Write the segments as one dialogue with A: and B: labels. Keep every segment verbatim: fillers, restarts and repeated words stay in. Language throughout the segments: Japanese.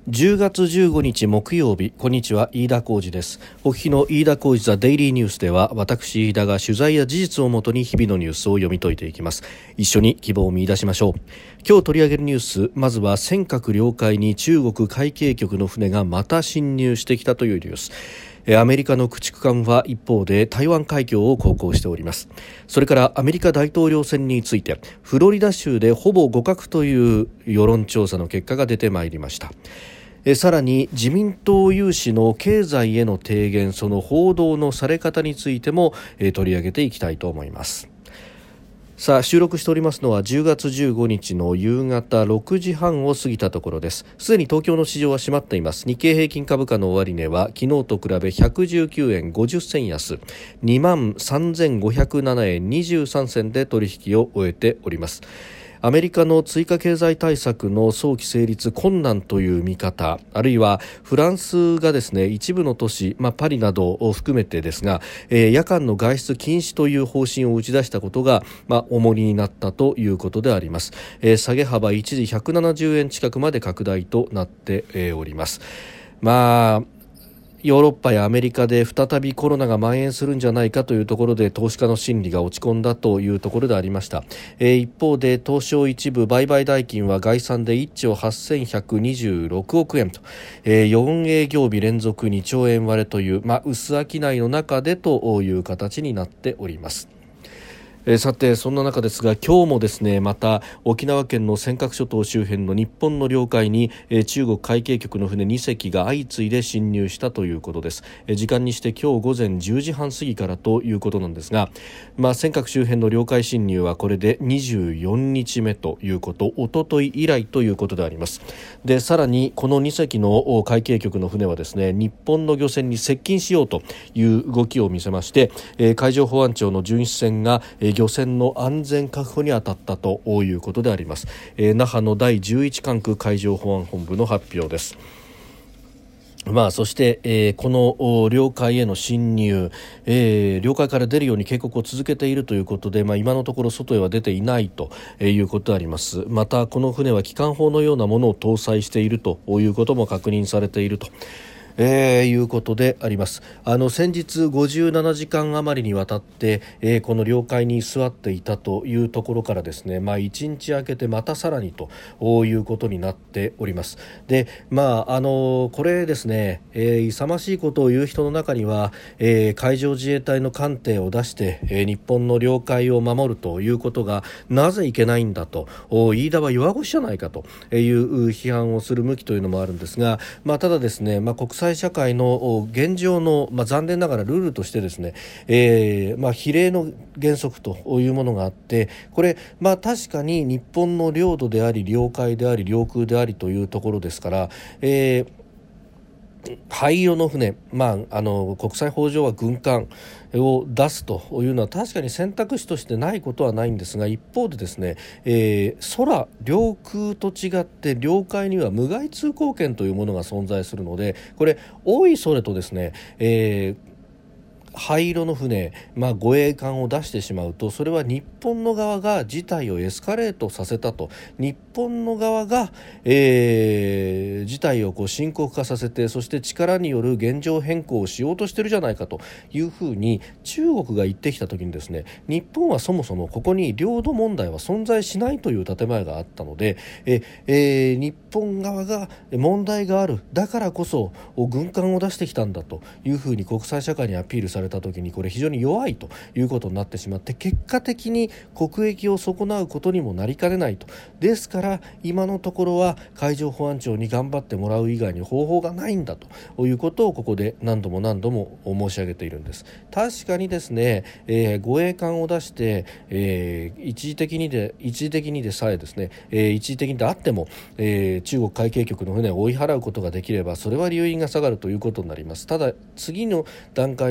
A: じゅうがつじゅうごにち木曜日、こんにちは、飯田浩司です。お聞きの飯田浩司ザデイリーニュースでは、私飯田が取材や事実をもとに日々のニュースを読み解いていきます。一緒に希望を見出しましょう。今日取り上げるニュース、まずは尖閣領海に中国海警局の船がまた侵入してきたというニュース。アメリカの駆逐艦は一方で台湾海峡を航行しております。それからアメリカ大統領選について、フロリダ州でほぼ互角という世論調査の結果が出てまいりました。さらに自民党有志の経済への提言、その報道のされ方についても取り上げていきたいと思います。さあ、収録しておりますのはじゅうがつじゅうごにちの夕方ろくじはんを過ぎたところです。すでに東京の市場は閉まっています。日経平均株価の終値は昨日と比べひゃくじゅうきゅうえんごじゅっせん安、にまんさんぜんごひゃくななえんにじゅうさんせんで取引を終えております。アメリカの追加経済対策の早期成立困難という見方、あるいはフランスがですね、一部の都市、まあ、パリなどを含めてですが、えー、夜間の外出禁止という方針を打ち出したことが、まあ、重荷になったということであります。えー、下げ幅一時ひゃくななじゅうえん近くまで拡大となって、えー、おります。まあヨーロッパやアメリカで再びコロナが蔓延するんじゃないかというところで投資家の心理が落ち込んだというところでありました。えー、一方で東証一部売買代金は概算でいっちょうはっせんひゃくにじゅうろくおくえんと、えー、よん営業日連続にちょうえん割れという、まあ、薄商いの中でという形になっております。えー、さてそんな中ですが、今日もですね、また沖縄県の尖閣諸島周辺の日本の領海に、えー、中国海警局の船にせきが相次いで侵入したということです。えー、時間にして今日午前じゅうじはん過ぎからということなんですが、まあ、尖閣周辺の領海侵入はこれでにじゅうよっかめということ、おととい以来ということであります。でさらにこのにせきの海警局の船はですね、日本の漁船に接近しようという動きを見せまして、えー、海上保安庁の巡視船が、えー漁船の安全確保に当たったということであります。えー、那覇のだいじゅういち管区海上保安本部の発表です。まあ、そして、えー、この領海への侵入、えー、領海から出るように警告を続けているということで、まあ、今のところ外へは出ていないということであります。またこの船は機関砲のようなものを搭載しているということも確認されているとえー、いうことであります。あの先日ごじゅうななじかん余りにわたって、えー、この領海に居座っていたというところからですね、まあ、いちにち明けてまたさらにということになっております。で、まああのこれですね、えー、勇ましいことを言う人の中には、えー、海上自衛隊の艦艇を出して、えー、日本の領海を守るということがなぜいけないんだと、飯田は弱腰じゃないかという批判をする向きというのもあるんですが、まあ、ただですね、まあ、国際社会の現状の、まあ、残念ながらルールとしてですね、えーまあ、比例の原則というものがあって、これ、まあ、確かに日本の領土であり領海であり領空でありというところですから、えー灰色の船、まあ、あの国際法上は軍艦を出すというのは確かに選択肢としてないことはないんですが、一方でですね、えー、空領空と違って領海には無害通行権というものが存在するので、これおいそれとですね、えー灰色の船、まあ、護衛艦を出してしまうと、それは日本の側が事態をエスカレートさせたと、日本の側が、えー、事態をこう深刻化させて、そして力による現状変更をしようとしてるじゃないかというふうに中国が言ってきたときにですね、日本はそもそもここに領土問題は存在しないという建前があったので、ええー、日本側が問題がある、だからこそ軍艦を出してきたんだというふうに国際社会にアピールされた時に、これ非常に弱いということになってしまって、結果的に国益を損なうことにもなりかねないと。ですから今のところは海上保安庁に頑張ってもらう以外に方法がないんだということをここで何度も何度も申し上げているんです。確かにですね、えー、護衛艦を出して、えー、一時的にで一時的にでさえですね、えー、一時的にであっても、えー、中国海警局の船を追い払うことができれば、それは留飲が下がるということになります。ただ次の段階で、じゃあ中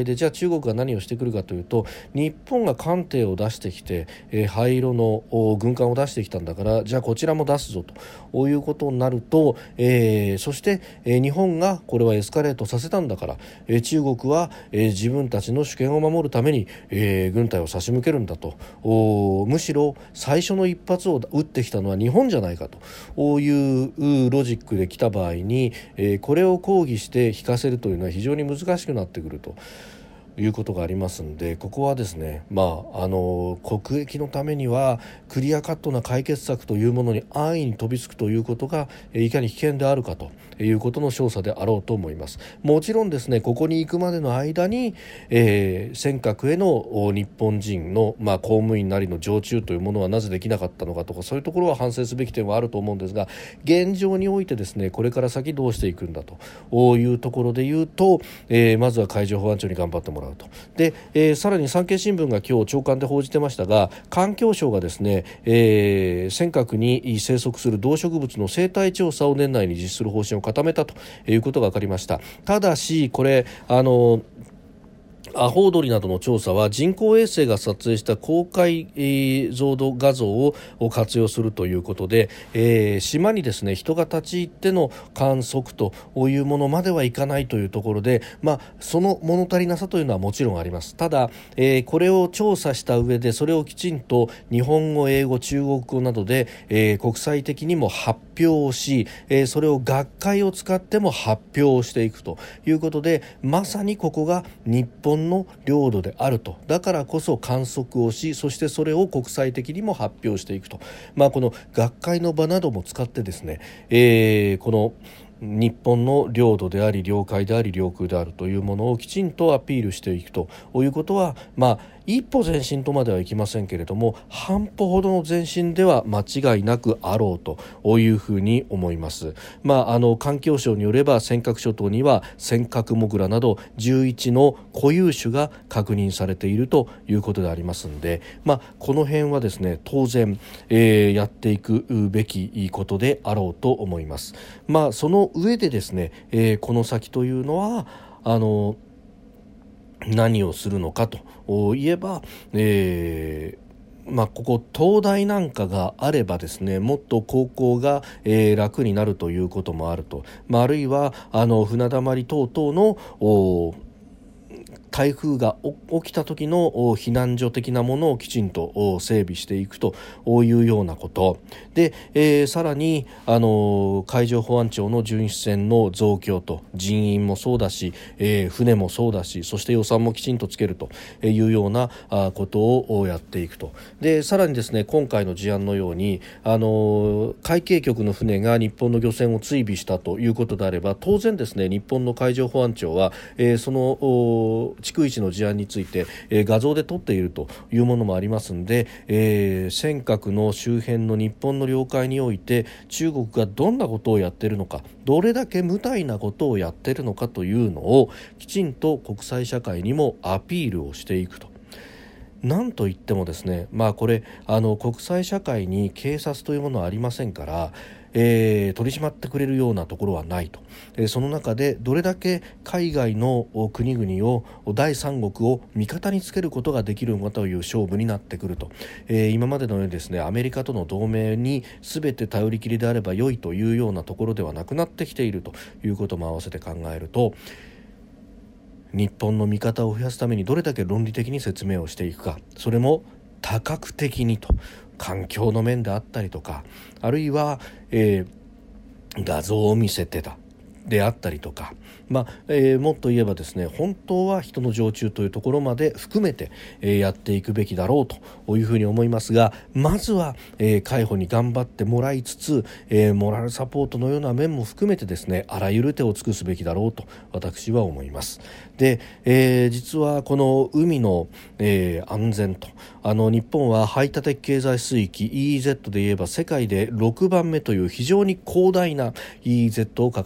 A: 中国が何をしてくるかというと、日本が艦艇を出してきて、えー、灰色の軍艦を出してきたんだから、じゃあこちらも出すぞということになると、えー、そして、えー、日本がこれはエスカレートさせたんだから、えー、中国は、えー、自分たちの主権を守るために、えー、軍隊を差し向けるんだと、むしろ最初の一発を撃ってきたのは日本じゃないかというロジックで来た場合に、えー、これを抗議して引かせるというのは非常に難しくなってくるということがありますので、ここはですね、まあ、あの国益のためにはクリアカットな解決策というものに安易に飛びつくということがいかに危険であるかということの証左であろうと思います。もちろんですね、ここに行くまでの間に、えー、尖閣への日本人の、まあ、公務員なりの常駐というものはなぜできなかったのかとか、そういうところは反省すべき点はあると思うんですが、現状においてですね、これから先どうしていくんだというところで言うと、えー、まずは海上保安庁に頑張ってもらうと。で、えー、さらに産経新聞が今日朝刊で報じてましたが、環境省がですね、えー、尖閣に生息する動植物の生態調査を年内に実施する方針を固めたということが分かりました。ただしこれあのアホウドリなどの調査は人工衛星が撮影した公開増度画像を活用するということで、えー、島にですね人が立ち入っての観測というものまではいかないというところで、まあ、その物足りなさというのはもちろんあります。ただ、えー、これを調査した上でそれをきちんと日本語、英語、中国語などで、えー、国際的にも発表をし、えー、それを学会を使っても発表をしていくということで、まさにここが日本の領土であると。だからこそ観測をし、そしてそれを国際的にも発表していくと、まあ、この学会の場なども使ってですね、えー、この日本の領土であり領海であり領空であるというものをきちんとアピールしていくということは、まあ、一歩前進とまではいきませんけれども、半歩ほどの前進では間違いなくあろうというふうに思います。まあ、あの環境省によれば尖閣諸島には尖閣モグラなどじゅういちの固有種が確認されているということでありますので、まあ、この辺はですね当然、えー、やっていくべきことであろうと思います。まあ、その上でですね、えー、この先というのはあの何をするのかといえば、えーまあ、ここ灯台なんかがあればですね、もっと航行が、えー、楽になるということもあると、まあ、あるいはあの船だまり等々の台風が起きた時の避難所的なものをきちんと整備していくというようなことで、えー、さらにあの海上保安庁の巡視船の増強と人員もそうだし、えー、船もそうだし、そして予算もきちんとつけるというようなことをやっていくと。でさらにですね、今回の事案のようにあの海警局の船が日本の漁船を追尾したということであれば、当然ですね日本の海上保安庁は、えー、その逐一の事案について、えー、画像で撮っているというものもありますので、えー、尖閣の周辺の日本の領海において中国がどんなことをやっているのか、どれだけ無体なことをやっているのかというのをきちんと国際社会にもアピールをしていくと。なんといってもですね、まあこれあの国際社会に警察というものはありませんから、えー、取り締まってくれるようなところはないと、えー、その中でどれだけ海外の国々を第三国を味方につけることができるのかという勝負になってくると、えー、今までのようにですねアメリカとの同盟に全て頼りきりであれば良いというようなところではなくなってきているということも合わせて考えると、日本の味方を増やすためにどれだけ論理的に説明をしていくか、それも多角的にと、環境の面であったりとか、あるいは、えー、画像を見せてたであったりとか、まあえー、もっと言えばですね、本当は人の常駐というところまで含めて、えー、やっていくべきだろうというふうに思いますが、まずは、えー、海保に頑張ってもらいつつ、えー、モラルサポートのような面も含めてですね、あらゆる手を尽くすべきだろうと私は思います。で、えー、実はこの海の、えー、安全と、あの日本は排他的経済水域 イーイーゼット で言えば世界でろくばんめという非常に広大な イーイーゼット を抱えています。 。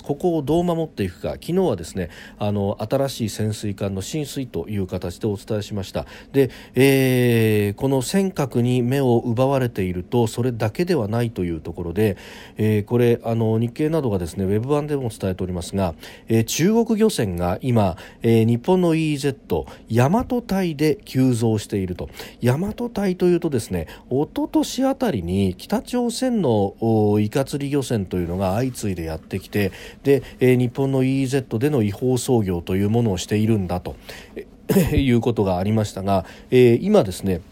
A: ここをどう守っていくか、昨日はですねあの新しい潜水艦の進水という形でお伝えしました。で、えー、この尖閣に目を奪われているとそれだけではないというところで、えー、これあの日経などがですねウェブ版でも伝えておりますが、えー、中国漁船が今、えー、日本の イーイーゼット 大和隊で急増していると。大和隊というとですね、一昨年あたりに北朝鮮のイカ釣り漁船というのが相次いでやってきて、で、えー、日本の イーイーゼット での違法操業というものをしているんだということがありましたが、えー、今ですね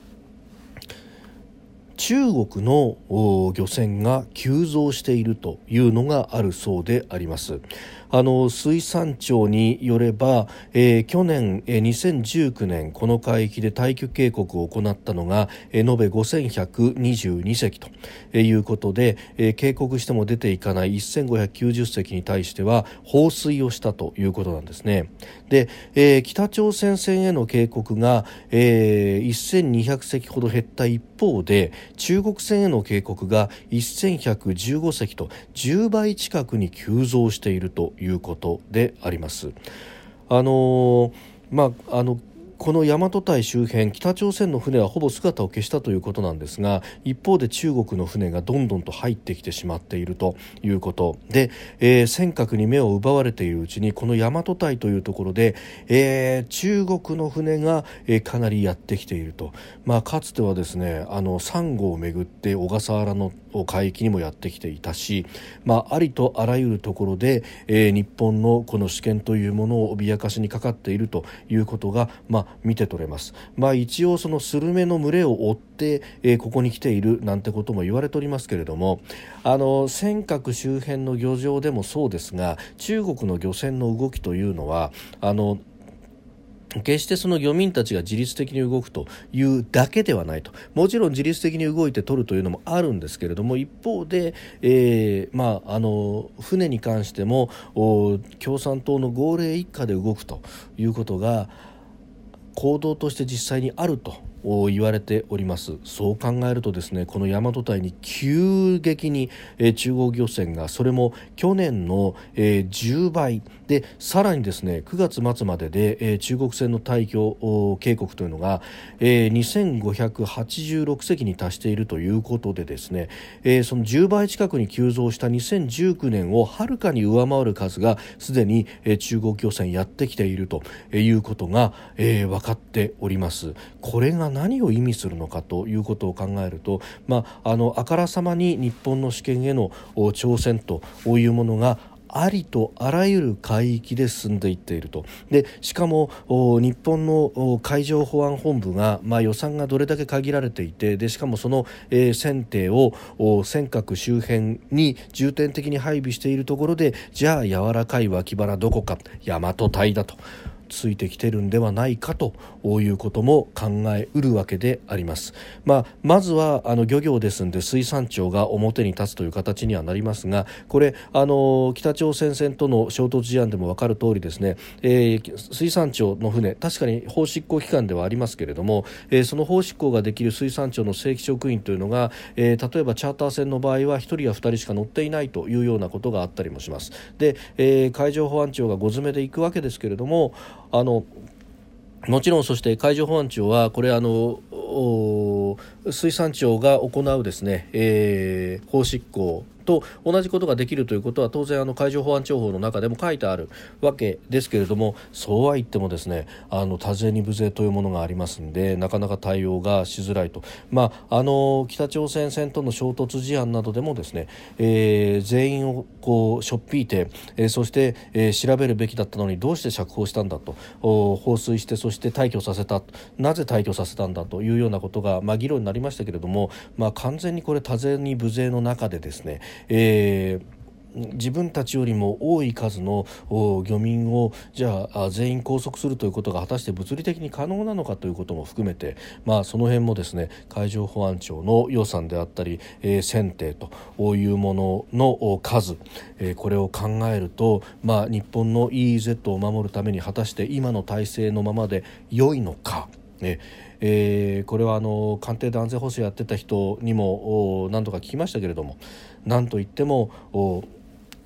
A: 中国の漁船が急増しているというのがあるそうであります。あの水産庁によれば、えー、去年、えー、にせんじゅうきゅうねんこの海域で退去警告を行ったのが、えー、延べごせんひゃくにじゅうに隻ということで、えー、警告しても出ていかないせんごひゃくきゅうじゅっ隻に対しては放水をしたということなんですね。で、えー、北朝鮮船への警告が、えー、せんにひゃく隻ほど減った一方で、中国船への警告がせんひゃくじゅうご隻とじゅうばい近くに急増しているということであります。あのー、まああのこの大和堆周辺、北朝鮮の船はほぼ姿を消したということなんですが、一方で中国の船がどんどんと入ってきてしまっているということで、えー、尖閣に目を奪われているうちにこの大和堆というところで、えー、中国の船が、えー、かなりやってきていると。まあ、かつてはですねあのサンゴをめぐって小笠原の海域にもやってきていたし、まあ、ありとあらゆるところで、えー、日本のこの主権というものを脅かしにかかっているということが、まあ、見て取れます。まあ、一応そのスルメの群れを追って、えー、ここに来ているなんてことも言われておりますけれども、あの尖閣周辺の漁場でもそうですが、中国の漁船の動きというのはあの決してその漁民たちが自律的に動くというだけではないと。もちろん自律的に動いて取るというのもあるんですけれども、一方で、えーまあ、あの船に関しても共産党の号令一下で動くということが行動として実際にあると言われております。そう考えるとですね、この大和堆に急激に、えー、中国漁船が、それも去年の、えー、じゅうばいで、さらにですねくがつ末までで、えー、中国船の退去警告というのが、えー、にせんごひゃくはちじゅうろく隻に達しているということでですね、えー、そのじゅうばい近くに急増したにせんじゅうきゅうねんをはるかに上回る数がすでに、えー、中国漁船やってきているということが、えー、分かっております。これが何を意味するのかということを考えると、まあ、あのあからさまに日本の主権への挑戦というものがありとあらゆる海域で進んでいっていると。でしかも日本の海上保安本部が、まあ、予算がどれだけ限られていて、でしかもその、えー、船艇を尖閣周辺に重点的に配備しているところで、じゃあ柔らかい脇腹どこか、大和堆だとついてきてるんではないかということも考えうるわけであります。まあ、まずはあの漁業ですんで水産庁が表に立つという形にはなりますが、これあの北朝鮮船との衝突事案でも分かる通りですね、えー、水産庁の船、確かに法執行機関ではありますけれども、えー、その法執行ができる水産庁の正規職員というのが、えー、例えばチャーター船の場合はひとりやふたりしか乗っていないというようなことがあったりもします。で、えー、海上保安庁がご詰めで行くわけですけれども、あのもちろん、そして海上保安庁はこれあの水産庁が行うですね、えー、法執行と同じことができるということは当然あの海上保安庁法の中でも書いてあるわけですけれども、そうは言ってもですね、あの多勢に無勢というものがありますので、なかなか対応がしづらいと。まあ、あの北朝鮮船との衝突事案などでもですね、えー、全員をこうしょっぴいて、えー、そして、えー、調べるべきだったのにどうして釈放したんだと、放水してそして退去させた、なぜ退去させたんだというようなことが、まあ、議論になりましたけれども、まあ、完全にこれ多勢に無勢の中でですね、えー、自分たちよりも多い数の漁民をじゃあ全員拘束するということが果たして物理的に可能なのかということも含めて、まあ、その辺もですね海上保安庁の予算であったり、えー、船艇というものの数、えー、これを考えると、まあ、日本の イーイーゼット を守るために果たして今の体制のままで良いのか、ねえー、これはあの官邸で安全保障やってた人にも何度か聞きましたけれども、何といっても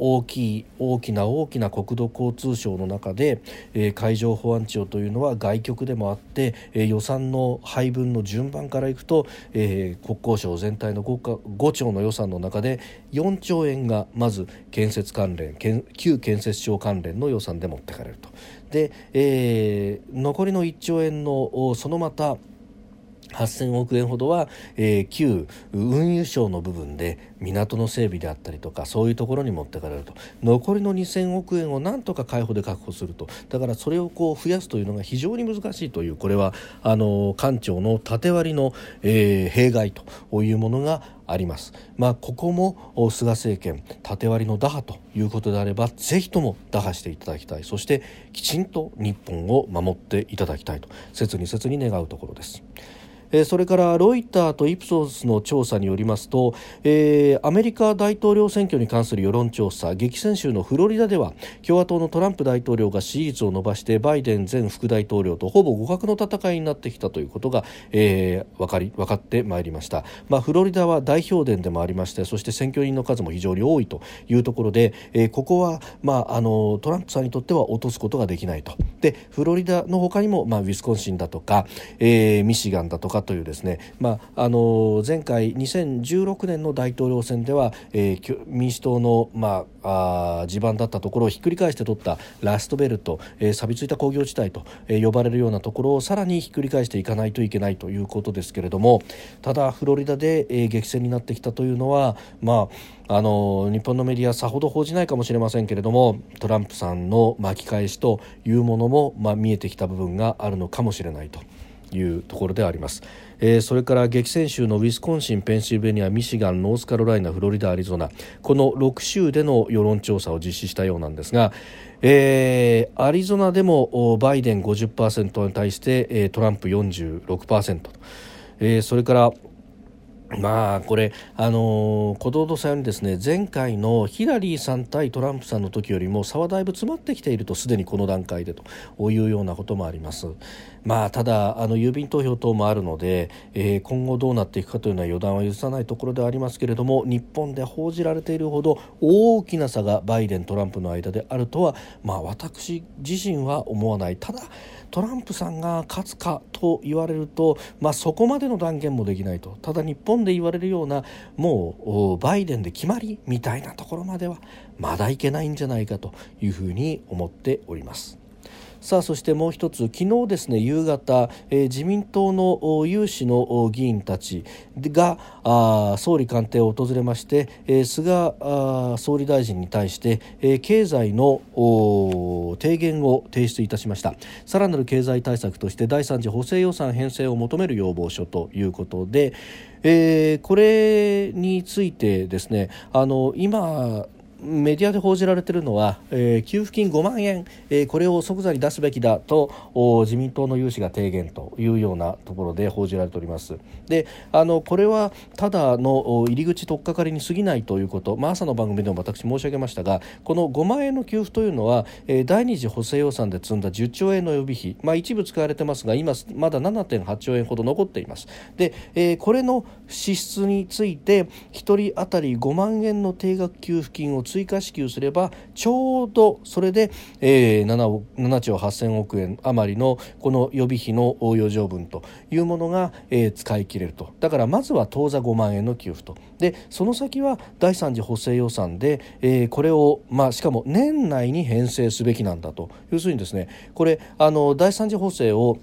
A: 大きい大きな大きな国土交通省の中で、えー、海上保安庁というのは外局でもあって、えー、予算の配分の順番からいくと、えー、国交省全体の 5, かごちょうの予算の中でよんちょうえんがまず建設関連旧建設省関連の予算で持ってかれると。で、えー、残りのいっちょうえんのそのまたはっせんおくえんほどは、えー、旧運輸省の部分で港の整備であったりとかそういうところに持ってかれると。残りのにせんおくえんをなんとか海保で確保すると。だからそれをこう増やすというのが非常に難しいという、これはあの官庁の縦割りの、えー、弊害というものがあります。まあ、ここも菅政権縦割りの打破ということであればぜひとも打破していただきたい。そしてきちんと日本を守っていただきたいと切に切に願うところです。それからロイターとイプソスの調査によりますと、えー、アメリカ大統領選挙に関する世論調査、激戦州のフロリダでは共和党のトランプ大統領が支持率を伸ばしてバイデン前副大統領とほぼ互角の戦いになってきたということが、えー、分かり、分かってまいりました。まあ、フロリダは大票田でもありまして、そして選挙人の数も非常に多いというところで、えー、ここは、まあ、あのトランプさんにとっては落とすことができないと。でフロリダの他にも、まあ、ウィスコンシンだとか、えー、ミシガンだとかというですね、まあ、あの前回にせんじゅうろくねんの大統領選では、えー、民主党の、まあ、あ地盤だったところをひっくり返して取ったラストベルト、えー、錆びついた工業地帯と、えー、呼ばれるようなところをさらにひっくり返していかないといけないということですけれども、ただフロリダで、えー、激戦になってきたというのは、まあ、あの日本のメディアさほど報じないかもしれませんけれども、トランプさんの巻き返しというものも、まあ、見えてきた部分があるのかもしれないというところであります。えー、それから激戦州のウィスコンシン、ペンシルベニア、ミシガン、ノースカロライナ、フロリダ、アリゾナ、このろく州での世論調査を実施したようなんですが、えー、アリゾナでもバイデン ごじゅっパーセント に対して、えー、トランプ よんじゅうろくパーセント、えー、それからまあこれあのー、小道さんにですね、前回のヒラリーさん対トランプさんの時よりも差はだいぶ詰まってきていると、すでにこの段階でというようなこともあります。まあただあの郵便投票等もあるので、えー、今後どうなっていくかというのは予断は許さないところではありますけれども、日本で報じられているほど大きな差がバイデントランプの間であるとは、まあ私自身は思わない。ただトランプさんが勝つかと言われると、まあ、そこまでの断言もできないと。ただ日本で言われるようなもうバイデンで決まりみたいなところまではまだいけないんじゃないかというふうに思っております。さあそしてもう一つ、昨日ですね夕方、えー、自民党の有志の議員たちがあ総理官邸を訪れまして、えー、菅あ総理大臣に対して、えー、経済の提言を提出いたしました。さらなる経済対策としてだいさん次補正予算編成を求める要望書ということで、えー、これについてですね、あの今メディアで報じられているのは、えー、給付金ごまんえん、えー、これを即座に出すべきだと自民党の有志が提言というようなところで報じられております。であのこれはただの入り口取っかかりに過ぎないということ、まあ、朝の番組でも私申し上げましたが、このごまんえんの給付というのは、えー、第二次補正予算で積んだじゅっちょうえんの予備費、まあ、一部使われてますが今まだ ななてんはちちょうえんほど残っています。で、えー、これの支出についてひとり当たりごまんえんの定額給付金を追加支給すればちょうどそれで、えー、ななちょうはっせんおくえん余りのこの予備費の余剰分というものが、えー、使い切れると。だからまずは当座ごまんえんの給付と、でその先はだいさん次補正予算で、えー、これを、まあ、しかも年内に編成すべきなんだと。要するにですね、これあのだいさん次補正を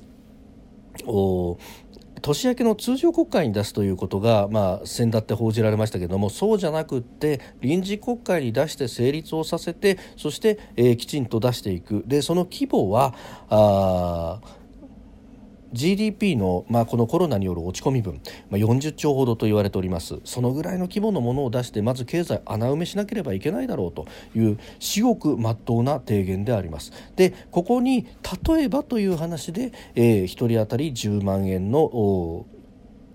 A: 年明けの通常国会に出すということが、まあ、先だって報じられましたけれども、そうじゃなくって臨時国会に出して成立をさせて、そして、えー、きちんと出していく。でその規模はあ ジーディーピー の、まあ、このコロナによる落ち込み分、まあ、よんじゅっちょうほどと言われております。そのぐらいの規模のものを出してまず経済穴埋めしなければいけないだろうという至極真っ当な提言であります。でここに例えばという話で、えー、ひとり当たりじゅうまんえんの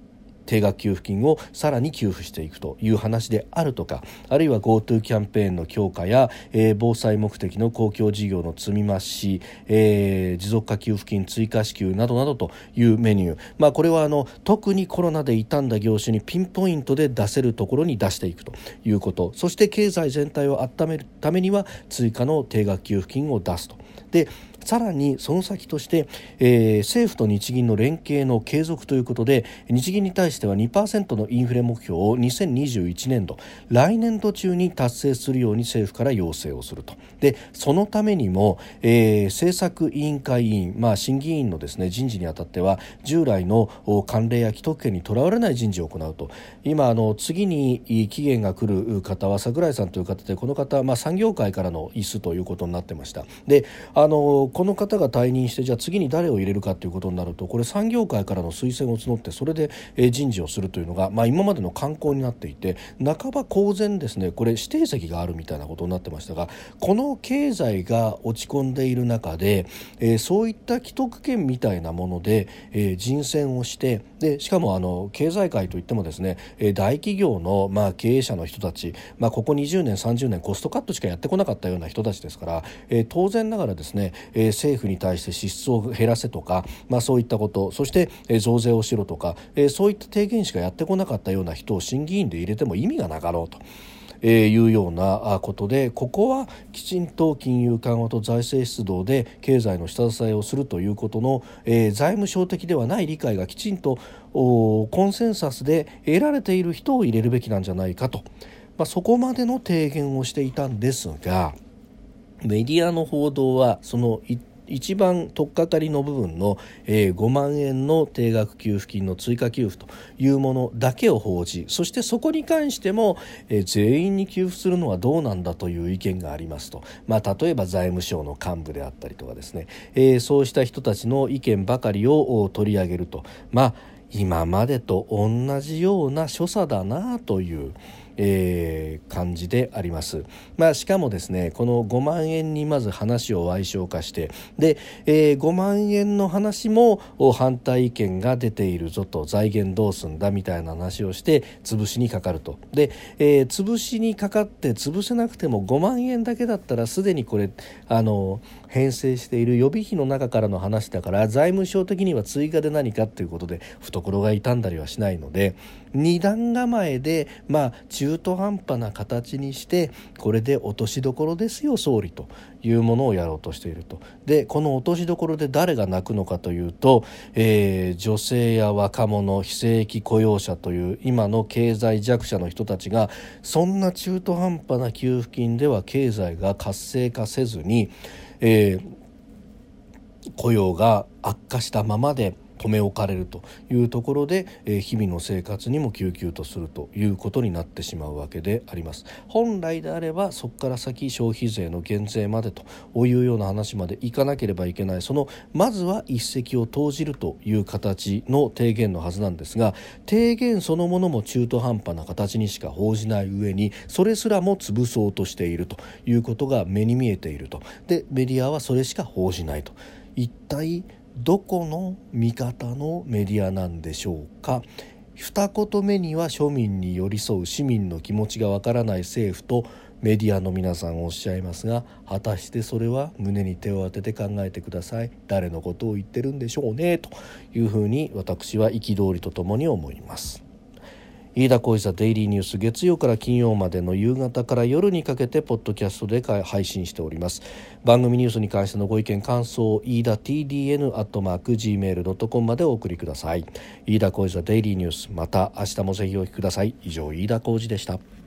A: 定額給付金をさらに給付していくという話であるとか、あるいは GoTo キャンペーンの強化や、えー、防災目的の公共事業の積み増し、えー、持続化給付金追加支給などなどというメニュー、まあ、これはあの特にコロナで傷んだ業種にピンポイントで出せるところに出していくということ、そして経済全体を温めるためには追加の定額給付金を出すと。でさらにその先として、えー、政府と日銀の連携の継続ということで、日銀に対しては にパーセント のインフレ目標をにせんにじゅういちねんど来年度中に達成するように政府から要請をすると。でそのためにも、えー、政策委員会委員、まあ、審議委員のですね人事にあたっては従来の慣例や既得権にとらわれない人事を行うと。今あの次に期限が来る方は櫻井さんという方で、この方は、まあ、産業界からの椅子ということになってました。であのこの方が退任して、じゃあ次に誰を入れるかということになると、これ産業界からの推薦を募ってそれで、えー、人事をするというのが、まあ、今までの慣行になっていて、半ば公然ですね、これ指定席があるみたいなことになってましたが、この経済が落ち込んでいる中で、えー、そういった既得権みたいなもので、えー、人選をして、でしかもあの経済界といってもですね、えー、大企業の、まあ、経営者の人たち、まあ、ここにじゅうねんさんじゅうねんコストカットしかやってこなかったような人たちですから、えー、当然ながらですね、えー、政府に対して支出を減らせとか、まあ、そういったこと、そして、えー、増税をしろとか、えー、そういった提言しかやってこなかったような人を審議員で入れても意味がなかろうと。えー、いうようなことで、ここはきちんと金融緩和と財政出動で経済の下支えをするということの、えー、財務省的ではない理解がきちんとコンセンサスで得られている人を入れるべきなんじゃないかと、まあ、そこまでの提言をしていたんですが、メディアの報道はその一一番取っかかりの部分の、えー、ごまんえんの定額給付金の追加給付というものだけを報じ、そしてそこに関しても、えー、全員に給付するのはどうなんだという意見がありますと、まあ、例えば財務省の幹部であったりとかですね、えー、そうした人たちの意見ばかりを取り上げると、まあ今までと同じような所作だなという、えー、感じであります。まあ、しかもですね、このごまんえんにまず話を矮小化して、で、えー、ごまんえんの話も反対意見が出ているぞと、財源どうすんだみたいな話をして潰しにかかると。で、えー、潰しにかかって潰せなくてもごまんえんだけだったらすでにこれあの編成している予備費の中からの話だから、財務省的には追加で何かということで懐が痛んだりはしないので、二段構えでまあ中途半端な形にして、これで落としどころですよ総理というものをやろうとしていると。でこの落としどころで誰が泣くのかというと、えー、女性や若者、非正規雇用者という今の経済弱者の人たちが、そんな中途半端な給付金では経済が活性化せずに、えー、雇用が悪化したままで留め置かれるというところで、えー、日々の生活にも救急とするということになってしまうわけであります。本来であればそこから先消費税の減税までというような話までいかなければいけない、そのまずは一石を投じるという形の提言のはずなんですが、提言そのものも中途半端な形にしか報じない上に、それすらも潰そうとしているということが目に見えていると。でメディアはそれしか報じないと。一体どこの見方のメディアなんでしょうか。二言目には庶民に寄り添う市民の気持ちがわからない政府とメディアの皆さんおっしゃいますが、果たしてそれは胸に手を当てて考えてください。誰のことを言ってるんでしょうねというふうに私は憤りとともに思います。飯田浩司ザデイリーニュース、月曜から金曜までの夕方から夜にかけてポッドキャストで配信しております。番組ニュースに関してのご意見感想、飯田 ティーディーエヌ アットマーク ジーメールドットコム までお送りください。飯田浩司ザデイリーニュース、また明日もぜひお聞きください。以上、飯田浩司でした。